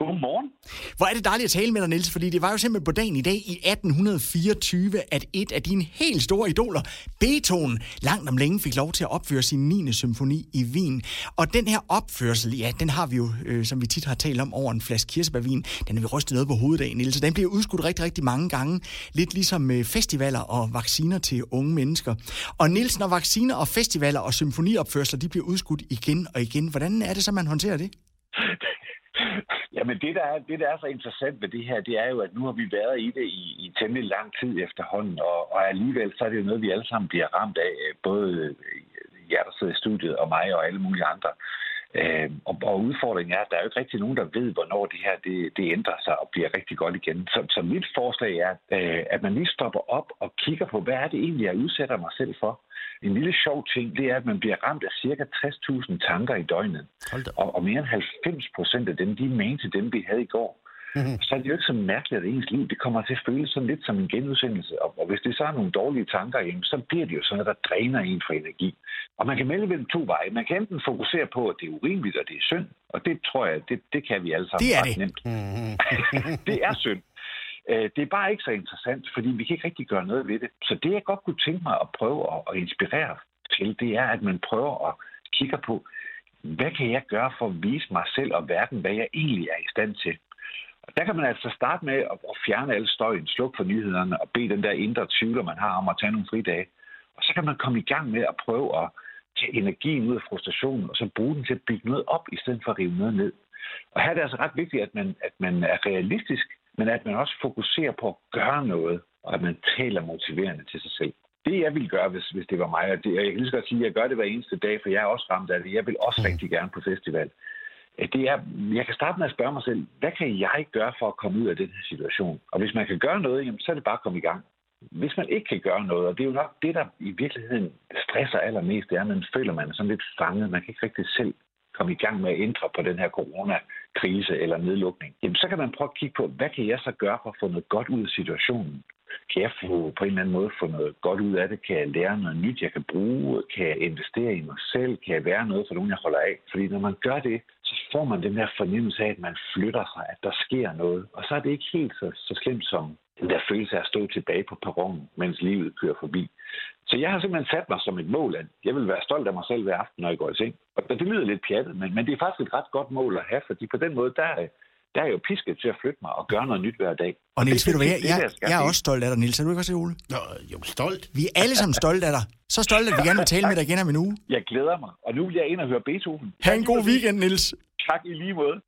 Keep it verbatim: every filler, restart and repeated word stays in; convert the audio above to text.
Godmorgen. Hvor er det dejligt at tale med dig, Niels, fordi det var jo simpelthen på dagen i dag i atten fireogtyve, at et af dine helt store idoler, Beethoven, langt om længe fik lov til at opføre sin niende symfoni i Wien. Og den her opførsel, ja, den har vi jo, øh, som vi tit har talt om, over en flaske kirsebærvin. Den er vi rystet noget på hovedet af, Niels. Den bliver udskudt rigtig, rigtig mange gange. Lidt ligesom festivaler og vacciner til unge mennesker. Og Niels, når vacciner og festivaler og symfoniopførsler, de bliver udskudt igen og igen, hvordan er det så, man håndterer det? Jamen det der, er, det, der er så interessant ved det her, det er jo, at nu har vi været i det i, i temmelig lang tid efterhånden, og, og alligevel så er det jo noget, vi alle sammen bliver ramt af, både jer, der sidder i studiet, og mig og alle mulige andre. Øh, og, og udfordringen er, at der er jo ikke rigtig nogen, der ved, hvornår det her det, det ændrer sig og bliver rigtig godt igen. Så, så mit forslag er, øh, at man lige stopper op og kigger på, hvad er det egentlig, jeg udsætter mig selv for. En lille sjov ting, det er, at man bliver ramt af cirka tres tusind tanker i døgnet. Og, og mere end halvfems procent af dem, de er magen til dem, vi havde i går. Mm-hmm. Så er det jo ikke så mærkeligt, at ens liv det kommer til at føles sådan lidt som en genudsendelse. Og, og hvis det så er nogle dårlige tanker, jamen, så bliver det jo sådan, at der dræner en for energi. Og man kan melde mellem to veje. Man kan enten fokusere på, at det er urimeligt, og det er synd. Og det tror jeg, det, det kan vi alle sammen det er ret det. nemt. Mm-hmm. Det er synd. Det er bare ikke så interessant, fordi vi kan ikke rigtig gøre noget ved det. Så det, jeg godt kunne tænke mig at prøve at inspirere til, det er, at man prøver at kigge på, hvad kan jeg gøre for at vise mig selv og verden, hvad jeg egentlig er i stand til. Og der kan man altså starte med at fjerne alle støjen, slukke for nyhederne og bede den der indre tvivler, man har om at tage nogle fridage. Og så kan man komme i gang med at prøve at tage energien ud af frustrationen, og så bruge den til at bygge noget op, i stedet for at rive noget ned. Og her er det altså ret vigtigt, at man, at man er realistisk, men at man også fokuserer på at gøre noget, og at man taler motiverende til sig selv. Det jeg ville gøre, hvis, hvis det var mig, og det, jeg kan lige så godt sige, at jeg gør det hver eneste dag, for jeg er også ramt af det. Jeg vil også mm. rigtig gerne på festival. Det er, jeg kan starte med at spørge mig selv, hvad kan jeg gøre for at komme ud af den her situation? Og hvis man kan gøre noget, jamen, så er det bare at komme i gang. Hvis man ikke kan gøre noget, og det er jo nok det, der i virkeligheden stresser allermest, det er, at man føler, man er sådan lidt fanget. Man kan ikke rigtig selv komme i gang med at ændre på den her coronakrise eller nedlukning. Jamen, så kan man prøve at kigge på, hvad kan jeg så gøre for at få noget godt ud af situationen? Kan jeg få, på en eller anden måde få noget godt ud af det? Kan jeg lære noget nyt, jeg kan bruge? Kan jeg investere i mig selv? Kan jeg være noget for nogen, jeg holder af? Fordi når man gør det, så får man den der fornemmelse af, at man flytter sig, at der sker noget. Og så er det ikke helt så, så slemt som den der følelse af at stå tilbage på perronen, mens livet kører forbi. Så jeg har simpelthen sat mig som et mål, at jeg vil være stolt af mig selv hver aften, når jeg går i seng. Og det lyder lidt pjattet, men, men det er faktisk et ret godt mål at have, fordi på den måde, der er, der er jeg jo pisket til at flytte mig og gøre noget nyt hver dag. Og, og Niels, ved du hvad, jeg, jeg, jeg er også stolt af dig, Niels. Er du ikke også, Ole? Nå, jo, stolt. Vi er alle sammen stolte af dig. Så stolte, at vi gerne vil tale med dig igen om en uge. Jeg glæder mig, og nu vil jeg ind og høre Beethoven. Ha' en god weekend, Niels. Tak i lige måde.